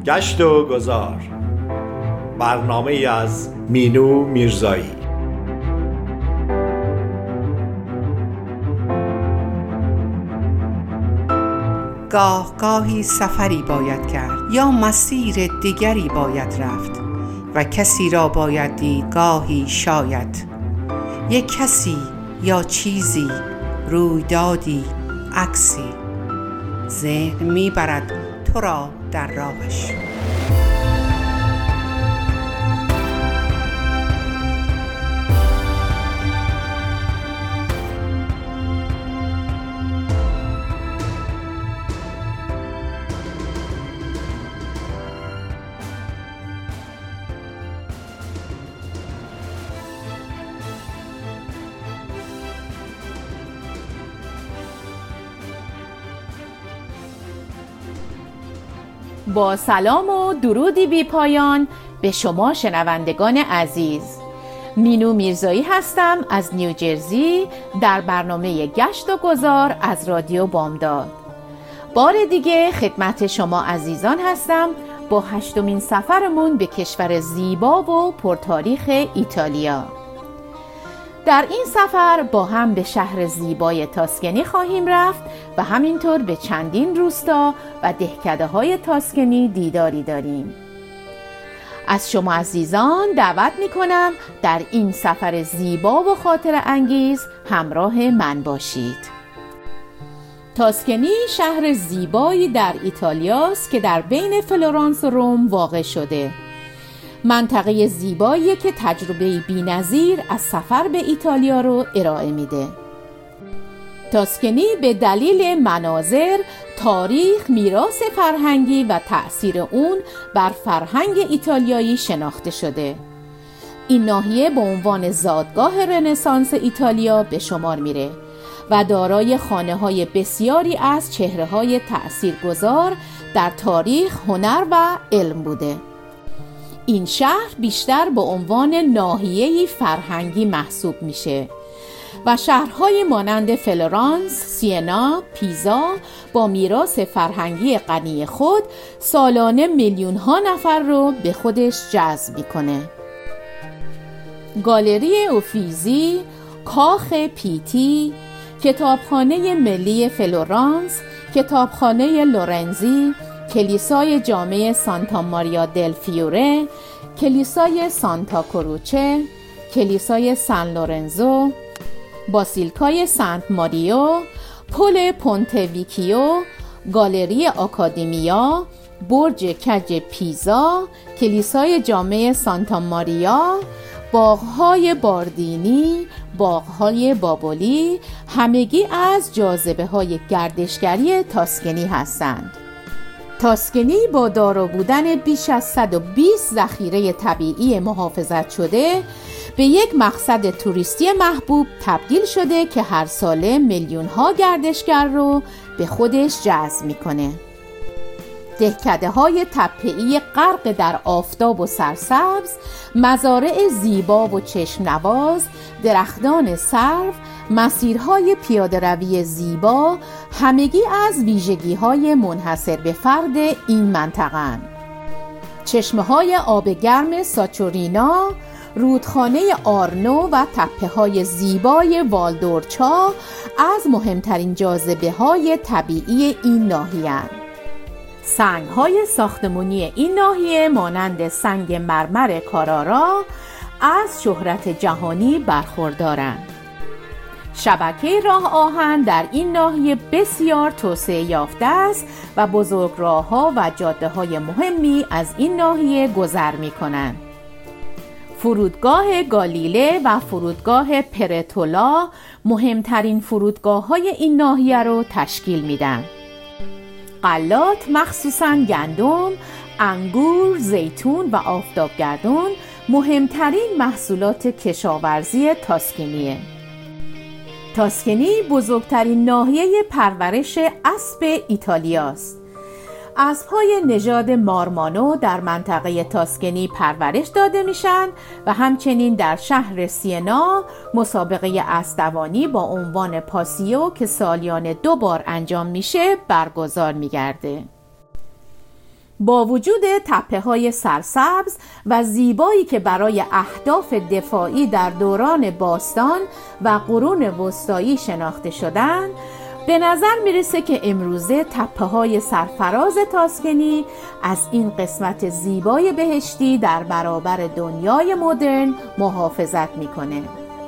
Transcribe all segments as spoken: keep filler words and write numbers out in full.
گشت و گذار، برنامه ای از مینو میرزایی. گاه گاهی سفری باید کرد یا مسیر دیگری باید رفت و کسی را باید دید گاهی شاید، یک کسی یا چیزی، رویدادی، عکسی، ذهن میبرد تو را در راهش. با سلام و درودی بی پایان به شما شنوندگان عزیز، مینو میرزایی هستم از نیوجرسی در برنامه گشت و گذار از رادیو بامداد. بار دیگه خدمت شما عزیزان هستم با هشتمین سفرمون به کشور زیبا و پرتاریخ ایتالیا. در این سفر با هم به شهر زیبای تاسکنی خواهیم رفت و همینطور به چندین روستا و دهکده های تاسکنی دیداری داریم. از شما عزیزان دعوت می کنم در این سفر زیبا و خاطر انگیز همراه من باشید. تاسکنی شهر زیبایی در ایتالیاست که در بین فلورانس و روم واقع شده. منطقه زیبایی که تجربه بی‌نظیر از سفر به ایتالیا رو ارائه میده. تاسکنی به دلیل مناظر، تاریخ، میراث فرهنگی و تأثیر اون بر فرهنگ ایتالیایی شناخته شده. این ناحیه به عنوان زادگاه رنسانس ایتالیا به شمار میره و دارای خانه‌های بسیاری از چهره‌های تأثیرگذار در تاریخ، هنر و علم بوده. این شهر بیشتر به عنوان ناحیه‌ای فرهنگی محسوب میشه و شهرهای مانند فلورانس، سینا، پیزا با میراث فرهنگی غنی خود سالانه میلیون ها نفر رو به خودش جذب میکنه. گالری اوفیزی، کاخ پیتی، کتابخانه ملی فلورانس، کتابخانه لورنزی، کلیسای جامع سانتا ماریا دل فیوره، کلیسای سانتا کروچه، کلیسای سان لورنزو، باسیلیکای سنت ماریو، پل پونت ویکیو، گالری آکادمیا، برج کج پیزا، کلیسای جامع سانتا ماریا، باغ‌های باردینی، باغ‌های بابلی همگی از جاذبه‌های گردشگری تاسکنی هستند. تاسکنی با دارا بودن بیش از صد و بیست ذخیره طبیعی محافظت شده به یک مقصد توریستی محبوب تبدیل شده که هر ساله میلیون ها گردشگر رو به خودش جذب میکنه. دهکده های تپه‌ای غرق در آفتاب و سرسبز، مزارع زیبا و چشم نواز، درختان سرو، مسیرهای پیاده روی زیبا همگی از ویژگی‌های منحصر به فرد این منطقه‌اند. چشمه‌های آب گرم ساچورینا، رودخانه آرنو و تپه‌های زیبای والدورچا از مهمترین جاذبه‌های طبیعی این ناحیه‌اند. سنگ‌های ساختمانی این ناحیه مانند سنگ مرمر کارارا از شهرت جهانی برخوردارند. شبکه راه آهن در این ناحیه بسیار توسعه یافته است و بزرگراه‌ها و جاده‌های مهمی از این ناحیه گذر می‌کنند. فرودگاه گالیله و فرودگاه پرتولا مهمترین فرودگاه‌های این ناحیه را تشکیل میدن. غلات مخصوصاً گندم، انگور، زیتون و آفتابگردون مهمترین محصولات کشاورزی تاسکنیه. تاسکنی بزرگترین ناحیه پرورش اسب ایتالیاست. اسب‌های نژاد مارمانو در منطقه تاسکنی پرورش داده میشن و همچنین در شهر سینا مسابقه اسب‌دوانی با عنوان پاسیو که سالیانه دو بار انجام میشه برگزار میگرده. با وجود تپه‌های سرسبز و زیبایی که برای اهداف دفاعی در دوران باستان و قرون وسطایی شناخته شدند، به نظر میرسه که امروزه تپه‌های سرفراز تاسکنی از این قسمت زیبای بهشتی در برابر دنیای مدرن محافظت میکنه.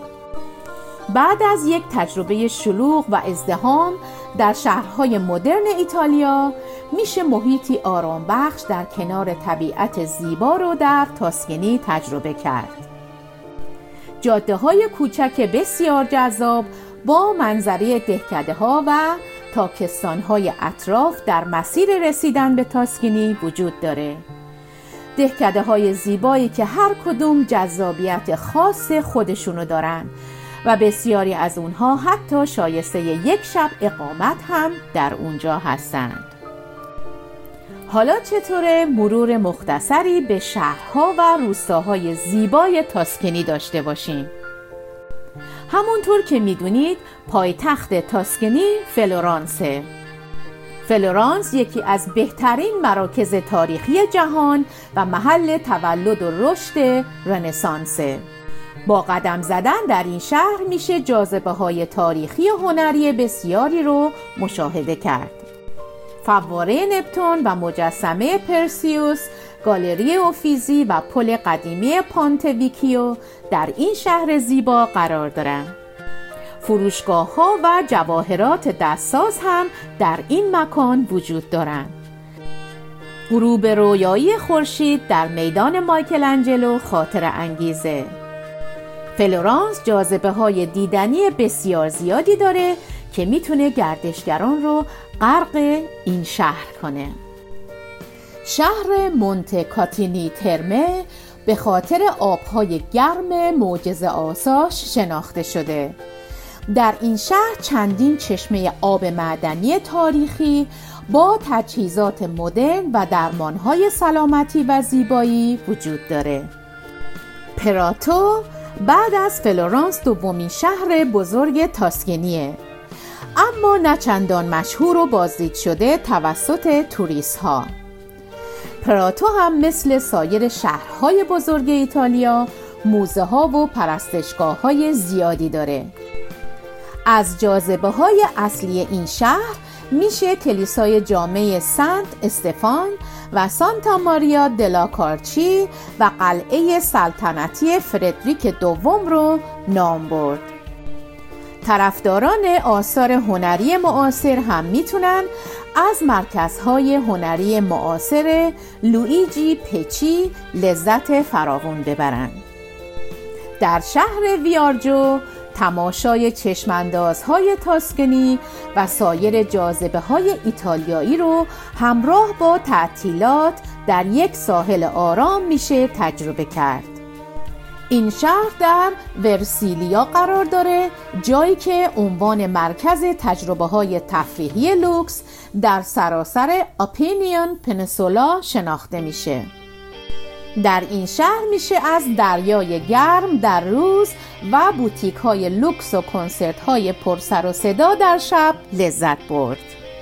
بعد از یک تجربه شلوغ و ازدحام در شهرهای مدرن ایتالیا، میشه محیطی آرام بخش در کنار طبیعت زیبا رو در تاسکنی تجربه کرد. جاده های کوچک بسیار جذاب با منظره دهکده ها و تاکستان های اطراف در مسیر رسیدن به تاسکنی وجود داره. دهکده های زیبایی که هر کدوم جذابیت خاص خودشونو دارن و بسیاری از اونها حتی شایسته یک شب اقامت هم در اونجا هستند. حالا چطوره مرور مختصری به شهرها و روستاهای زیبای تاسکنی داشته باشیم؟ همونطور که میدونید پایتخت تاسکنی فلورانسه. فلورانس یکی از بهترین مراکز تاریخی جهان و محل تولد و رشد رنسانسه. با قدم زدن در این شهر میشه جاذبه‌های تاریخی و هنری بسیاری رو مشاهده کرد. فواره نپتون و مجسمه پرسیوس، گالری اوفیزی و پل قدیمی پونت ویکیو در این شهر زیبا قرار دارند. فروشگاه‌ها و جواهرات دستساز هم در این مکان وجود دارند. غروب رویایی خورشید در میدان مایکل انجلو خاطر انگیزه. فلورانس جاذبه‌های دیدنی بسیار زیادی داره که میتونه گردشگران رو غرق این شهر کنه. شهر مونته کاتینی ترمه به خاطر آبهای گرم معجزه آساش شناخته شده. در این شهر چندین چشمه آب معدنی تاریخی با تجهیزات مدرن و درمانهای سلامتی و زیبایی وجود داره. پراتو بعد از فلورانس دومین شهر بزرگ تاسکنیه، اما نه چندان مشهور و بازدید شده توسط توریست ها. پراتو هم مثل سایر شهرهای بزرگ ایتالیا موزه ها و پرستشگاه های زیادی داره. از جاذبه های اصلی این شهر میشه کلیسای جامع سنت استفان و سانتا ماریا دلا کارچی و قلعه سلطنتی فردریک دوم رو نام برد. طرفداران آثار هنری معاصر هم میتونن از مرکزهای هنری معاصر لویجی پچی لذت فراوان ببرن. در شهر ویارجو تماشای چشماندازهای تاسکنی و سایر جاذبه‌های ایتالیایی رو همراه با تعطیلات در یک ساحل آرام میشه تجربه کرد. این شهر در ورسیلیا قرار داره، جایی که عنوان مرکز تجربه‌های تفریحی لوکس در سراسر آپینین پنیسولا شناخته میشه. در این شهر میشه از دریای گرم در روز و بوتیک‌های لوکس و کنسرت‌های پرسر و صدا در شب لذت برد.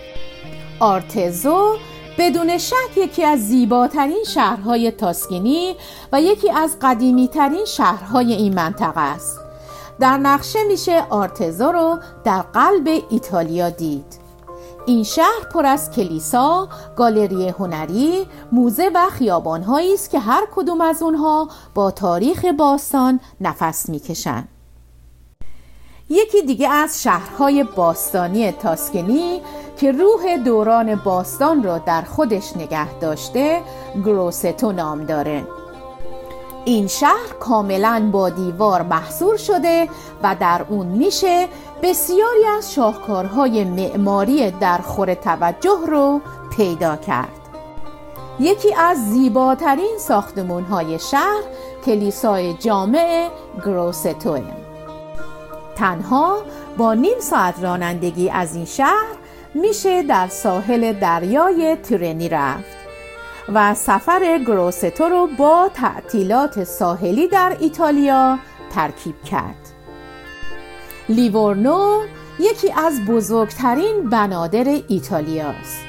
آرتزو بدون شک یکی از زیباترین شهرهای تاسکنی و یکی از قدیمی‌ترین شهرهای این منطقه است. در نقشه میشه آرتزو رو در قلب ایتالیا دید. این شهر پر از کلیسا، گالری هنری، موزه و خیابان‌هایی است که هر کدوم از اونها با تاریخ باستان نفس می‌کشند. یکی دیگه از شهرهای باستانی تاسکنی که روح دوران باستان را در خودش نگه داشته، گروستو نام داره. این شهر کاملاً با دیوار محصور شده و در اون میشه بسیاری از شاهکارهای معماری در خور توجه رو پیدا کرد. یکی از زیباترین ساختمان‌های شهر کلیسای جامع گروستوه. تنها با نیم ساعت رانندگی از این شهر میشه در ساحل دریای تورینی رفت و سفر گروستو رو با تعطیلات ساحلی در ایتالیا ترکیب کرد. لیورنو یکی از بزرگترین بنادر ایتالیاست.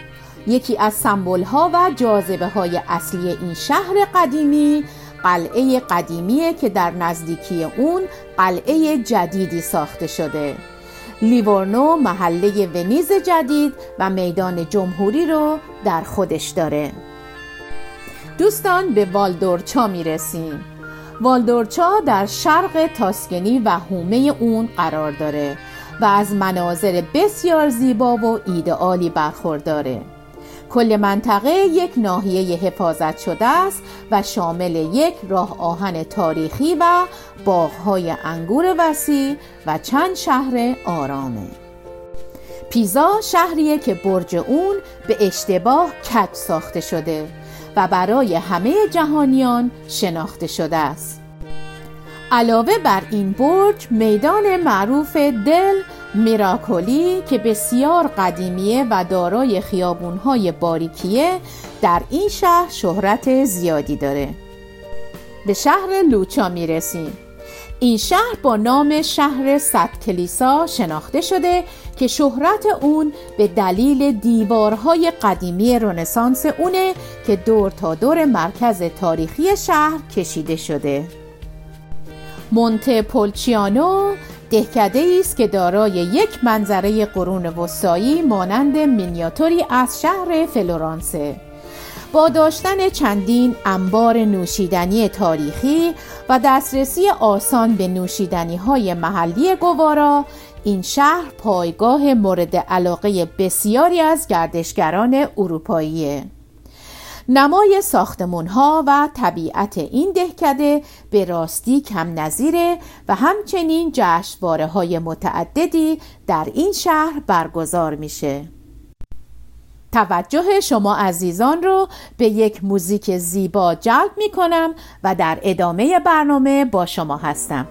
یکی از سمبول‌ها و جاذبه‌های اصلی این شهر قدیمی قلعه قدیمیه که در نزدیکی اون قلعه جدیدی ساخته شده. لیورنو محله ونیز جدید و میدان جمهوری رو در خودش داره. دوستان به والدورچا میرسیم. والدورچا در شرق تاسکنی و حومه اون قرار داره و از مناظر بسیار زیبا و ایدئالی برخورداره. کل منطقه یک ناحیه حفاظت شده است و شامل یک راه آهن تاریخی و باغ‌های انگور وسیع و چند شهر آرامه. پیزا شهریه که برج اون به اشتباه کج ساخته شده و برای همه جهانیان شناخته شده است. علاوه بر این برج، میدان معروف دل میراکولی که بسیار قدیمیه و دارای خیابون‌های باریکیه در این شهر شهرت زیادی داره. به شهر لوچا میرسیم. این شهر با نام شهر صد کلیسا شناخته شده که شهرت اون به دلیل دیوارهای قدیمی رنسانس اونه که دور تا دور مرکز تاریخی شهر کشیده شده. مونته پولچیانو دهکده‌ای است که دارای یک منظره قرون وسطایی مانند مینیاتوری از شهر فلورانسه. با داشتن چندین انبار نوشیدنی تاریخی و دسترسی آسان به نوشیدنی‌های محلی گوارا، این شهر پایگاه مورد علاقه بسیاری از گردشگران اروپاییه. نمای ساختمان‌ها و طبیعت این دهکده به راستی کم نظیره و همچنین جشنواره‌های متعددی در این شهر برگزار میشه. توجه شما عزیزان رو به یک موزیک زیبا جلب میکنم و در ادامه برنامه با شما هستم.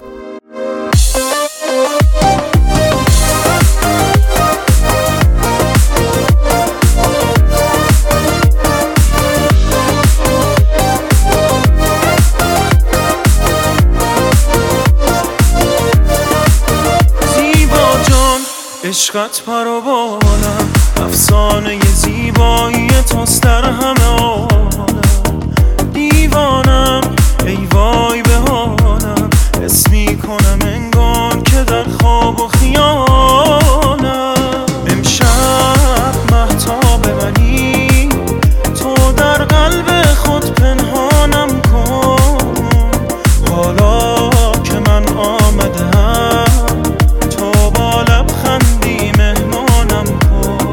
عشقت پروانم، افسانه زیبایی توست در همه عالم. دیوانم ای وای به حالم، حس میکنم انگار که در خواب و خیالم. امشب مهتاب منی، تو در قلب خود پنهانم کن. حالا که من آمدم تو با لبخندی مهمانم کن.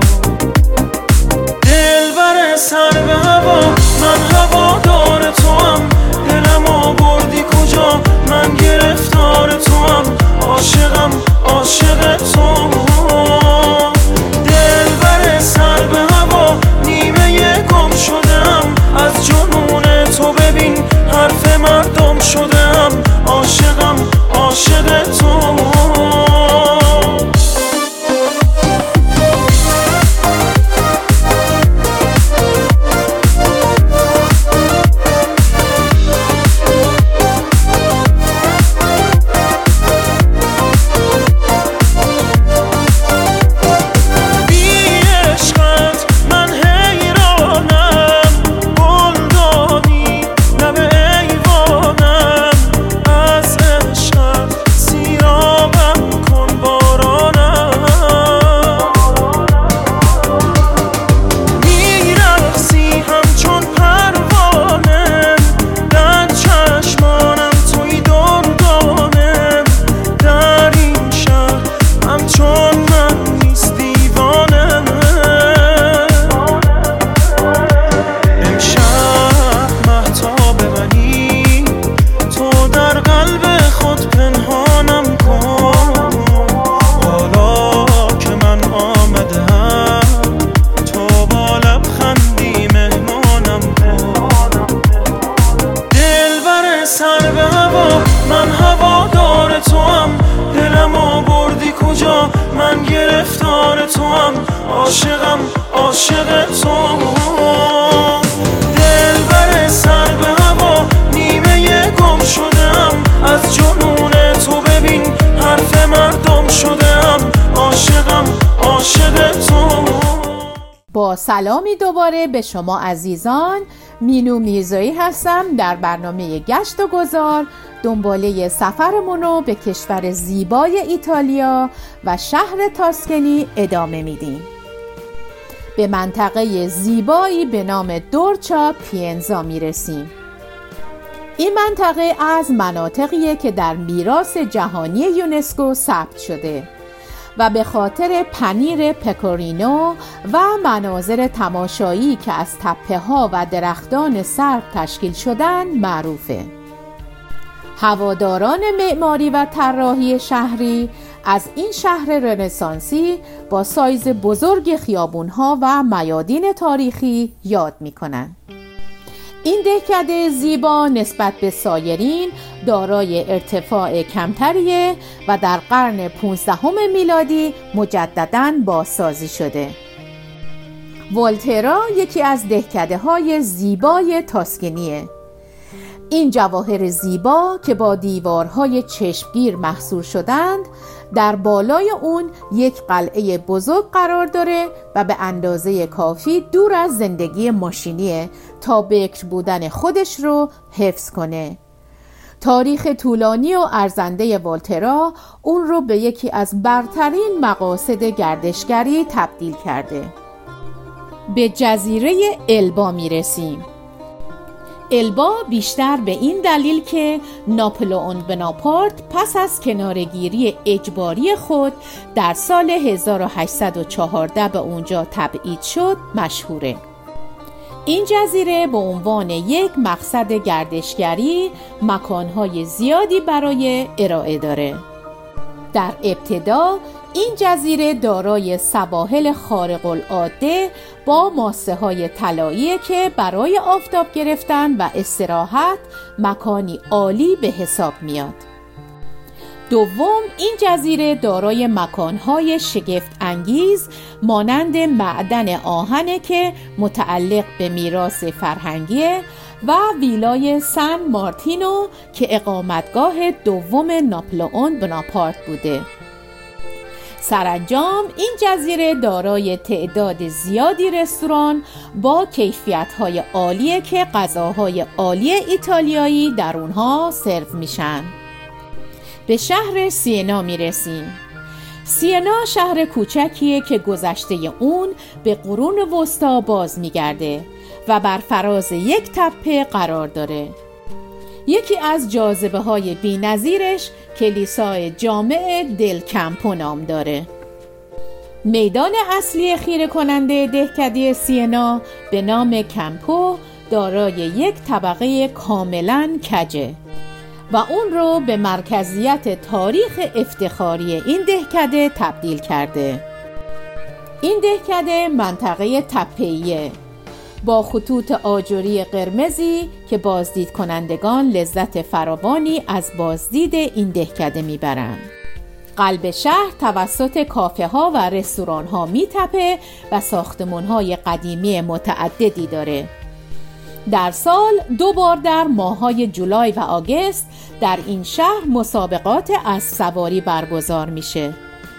دلبر سر به هوا، من هوادار توام. دلمو بردی کجا، من گرفتار توام. عاشقم عاشق تو. دلبر سر به هوا، نیمه گم شدم از جنون تو. ببین حرف مردم شدم. عاشقم عاشق تو. عاشقم عاشق تو. دلبر سر به هوا، نیمه گم شدم از جنون تو. ببین حرف مردم شدم. عاشقم عاشق تو. با سلامی دوباره به شما عزیزان، مینو میرزایی هستم. در برنامه گشت و گذار دنباله سفرمون رو به کشور زیبای ایتالیا و شهر تاسکنی ادامه میدیم. به منطقه زیبایی به نام دورچا پیانزا میرسیم. این منطقه از مناطقیه که در میراث جهانی یونسکو ثبت شده و به خاطر پنیر پکورینو و مناظر تماشایی که از تپه ها و درختان سرو تشکیل شدن معروفه. هواداران معماری و طراحی شهری از این شهر رنسانسی با سایز بزرگ خیابون‌ها و میادین تاریخی یاد می‌کنند. این دهکده زیبا نسبت به سایرین دارای ارتفاع کمتریه و در قرن پانزدهم میلادی مجدداً بازسازی شده. ولترا یکی از دهکده‌های زیبای تاسکنیه. این جواهر زیبا که با دیوارهای چشمگیر محصور شدند، در بالای اون یک قلعه بزرگ قرار داره و به اندازه کافی دور از زندگی ماشینیه تا بکر بودن خودش رو حفظ کنه. تاریخ طولانی و ارزنده ولترا اون رو به یکی از برترین مقاصد گردشگری تبدیل کرده. به جزیره البا میرسیم. البا بیشتر به این دلیل که ناپلئون بناپارت پس از کناره‌گیری اجباری خود در سال هزار و هشتصد و چهارده به اونجا تبعید شد مشهوره. این جزیره به عنوان یک مقصد گردشگری مکانهای زیادی برای ارائه داره. در ابتدا این جزیره دارای سواحل خارق العاده با ماسه های طلایی که برای آفتاب گرفتن و استراحت مکانی عالی به حساب میاد. دوم، این جزیره دارای مکانهای شگفت انگیز مانند معدن آهنه که متعلق به میراث فرهنگیه و ویلای سن مارتینو که اقامتگاه دوم ناپلئون بناپارت بوده. سرانجام این جزیره دارای تعداد زیادی رستوران با کیفیت‌های عالیه که غذاهای عالی ایتالیایی در اونها سرو میشن. به شهر سینا میرسیم. سینا شهر کوچکیه که گذشته اون به قرون وسطا باز میگرده و بر فراز یک تپه قرار داره. یکی از جاذبه های بی نظیرش کلیسای جامع دل کمپو نام داره. میدان اصلی خیره کننده دهکده سینا به نام کمپو دارای یک طبقه کاملا کجه و اون رو به مرکزیت تاریخ افتخاری این دهکده تبدیل کرده. این دهکده منطقه تپه‌ایه با خطوط آجری قرمزی که بازدید کنندگان لذت فراوانی از بازدید این دهکده میبرند. قلب شهر توسط کافه ها و رستوران ها میتپه و ساختمان های قدیمی متعددی داره. در سال دو بار در ماه‌های جولای و آگوست در این شهر مسابقات اسب سواری برگزار میشه.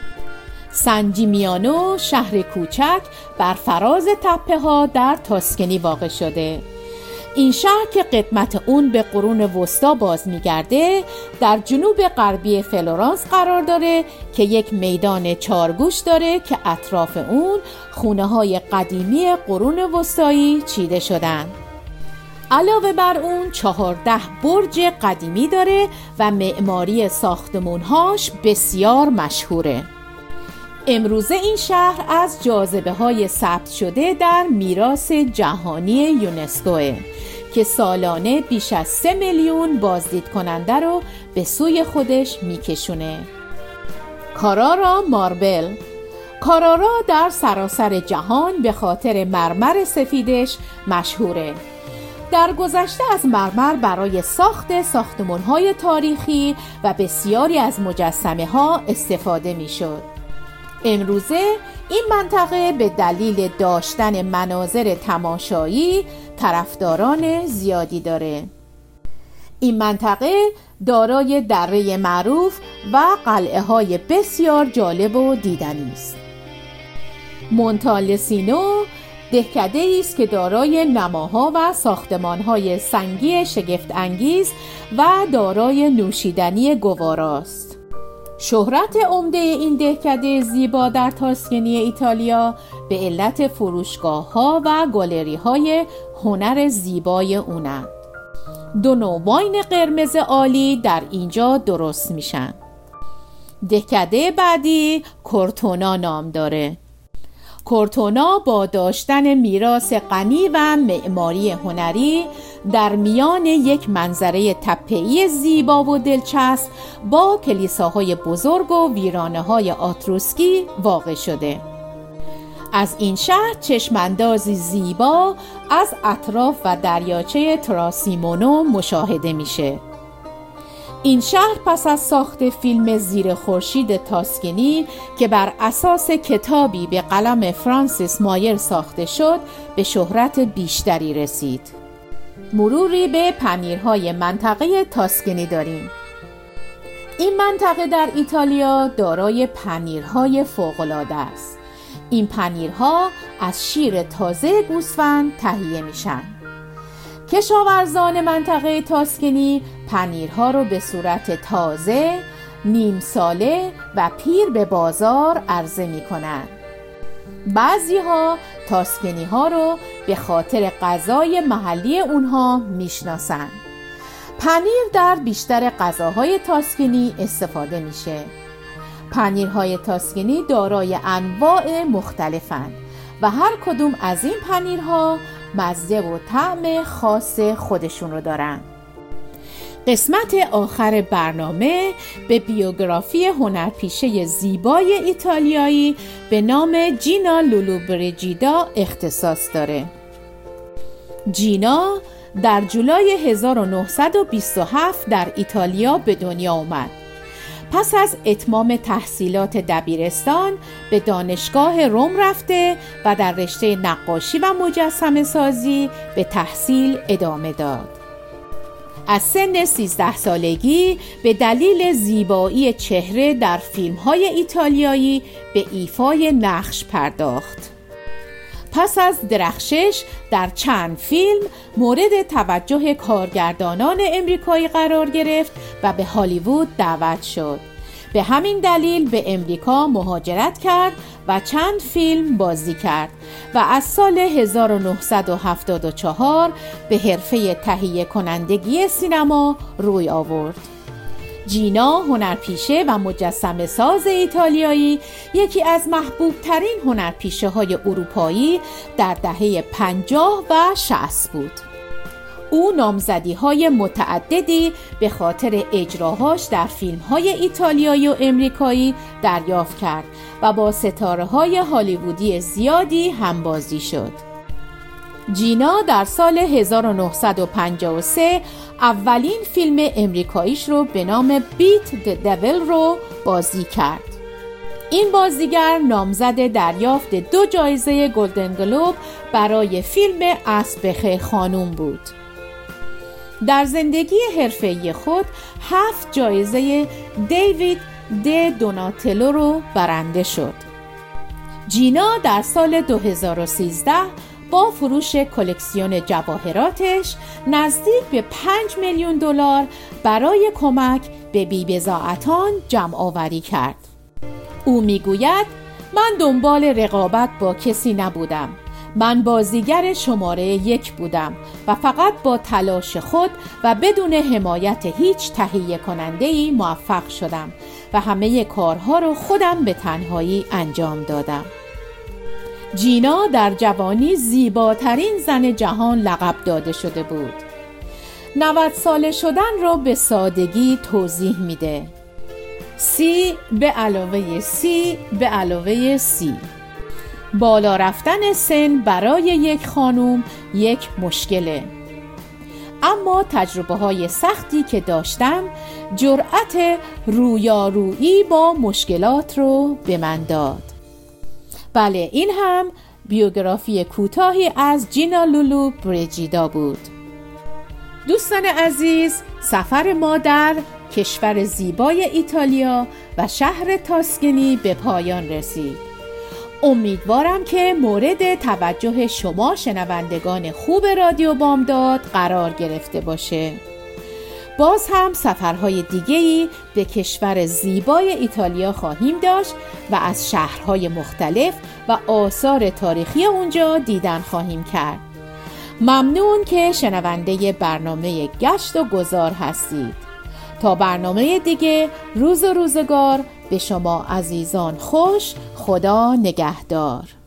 سن جیمیانو شهر کوچک بر فراز تپه ها در تاسکنی واقع شده. این شهر که قدمت اون به قرون وسطا باز میگرده در جنوب غربی فلورانس قرار داره که یک میدان چارگوش داره که اطراف اون خونه های قدیمی قرون وسطایی چیده شدن. علاوه بر اون چهارده برج قدیمی داره و معماری ساختمونهاش بسیار مشهوره. امروزه این شهر از جاذبه های ثبت شده در میراث جهانی یونسکوه که سالانه بیش از سه میلیون بازدید کننده رو به سوی خودش میکشونه. کارارا ماربل. کارارا در سراسر جهان به خاطر مرمر سفیدش مشهوره. در گذشته از مرمر برای ساخت ساختمان‌های تاریخی و بسیاری از مجسمه ها استفاده میشد. امروزه این منطقه به دلیل داشتن مناظر تماشایی طرفداران زیادی داره. این منطقه دارای دره معروف و قلعه های بسیار جالب و دیدنی است. مونتالسینو دهکده‌ای است که دارای نماها و ساختمان‌های سنگی شگفت انگیز و دارای نوشیدنی گواراست. شهرت عمده این دهکده زیبا در تاسکینی ایتالیا به علت فروشگاه‌ها و گالری‌های هنر زیبای اونند. دو نوع واین قرمز عالی در اینجا درست میشن. دهکده بعدی کورتونا نام داره. کورتونا با داشتن میراث غنی و معماری هنری در میان یک منظره تپه‌ای زیبا و دلچسب با کلیساهای بزرگ و ویرانه‌های آتروسکی واقع شده. از این شهر چشماندازی زیبا از اطراف و دریاچه تراسیمونو مشاهده میشه. این شهر پس از ساخت فیلم زیر خورشید تاسکینی که بر اساس کتابی به قلم فرانسیس مایر ساخته شد به شهرت بیشتری رسید. مروری به پنیرهای منطقه تاسکینی داریم. این منطقه در ایتالیا دارای پنیرهای فوق‌العاده است. این پنیرها از شیر تازه گوسفند تهیه میشن. کشاورزان منطقه تاسکینی پنیرها رو به صورت تازه، نیم ساله و پیر به بازار عرضه می کنند. بعضی ها تاسکینی ها رو به خاطر غذای محلی اونها می شناسن. پنیر در بیشتر غذاهای تاسکینی استفاده میشه. پنیرهای تاسکینی دارای انواع مختلفند و هر کدوم از این پنیرها مزه و طعم خاص خودشون رو دارن. قسمت آخر برنامه به بیوگرافی هنرپیشه زیبای ایتالیایی به نام جینا لولوبریجیدا اختصاص داره. جینا در جولای هزار و نهصد و بیست و هفت در ایتالیا به دنیا اومد. پس از اتمام تحصیلات دبیرستان به دانشگاه روم رفته و در رشته نقاشی و مجسمه سازی به تحصیل ادامه داد. از سن سیزده سالگی به دلیل زیبایی چهره در فیلم‌های ایتالیایی به ایفای نقش پرداخت. پس از درخشش در چند فیلم مورد توجه کارگردانان امریکایی قرار گرفت و به هالیوود دعوت شد. به همین دلیل به امریکا مهاجرت کرد و چند فیلم بازی کرد و از سال هزار و نهصد و هفتاد و چهار به حرفه تهیه کنندگی سینما روی آورد. جینا هنرپیشه و مجسمه ساز ایتالیایی یکی از محبوب ترین هنرپیشه های اروپایی در دهه پنجاه و شصت بود. او نامزدی های متعددی به خاطر اجراهاش در فیلم های ایتالیایی و امریکایی دریافت کرد و با ستاره های هالیوودی زیادی همبازی شد. جینا در سال هزار و نهصد و پنجاه و سه اولین فیلم امریکاییش رو به نام بیت د دیول رو بازی کرد. این بازیگر نامزد دریافت دو جایزه گلدن گلوب برای فیلم اسب خیر خانوم بود. در زندگی حرفه‌ای خود هفت جایزه دیوید د دوناتلو رو برنده شد. جینا در سال دو هزار و سیزده با فروش کلکسیون جواهراتش نزدیک به پنج میلیون دلار برای کمک به بی‌بضاعتان جمع آوری کرد. او میگوید من دنبال رقابت با کسی نبودم. من بازیگر شماره یک بودم و فقط با تلاش خود و بدون حمایت هیچ تهیه کننده‌ای موفق شدم و همه کارها رو خودم به تنهایی انجام دادم. جینا در جوانی زیباترین زن جهان لقب داده شده بود. نود ساله شدن را به سادگی توضیح میده. سی به علاوه سی به علاوه سی. بالا رفتن سن برای یک خانم یک مشکله. اما تجربه های سختی که داشتم جرأت رویارویی با مشکلات رو به من داد. بله، این هم بیوگرافی کوتاهی از جینا لولوبریجیدا بود. دوستان عزیز، سفر ما در کشور زیبای ایتالیا و شهر تاسکینی به پایان رسید. امیدوارم که مورد توجه شما شنوندگان خوب رادیو بامداد قرار گرفته باشه. باز هم سفرهای دیگه‌ای به کشور زیبای ایتالیا خواهیم داشت و از شهرهای مختلف و آثار تاریخی اونجا دیدن خواهیم کرد. ممنون که شنونده برنامه گشت و گذار هستید. تا برنامه دیگه، روز و روزگار به شما عزیزان خوش. خدا نگهدار.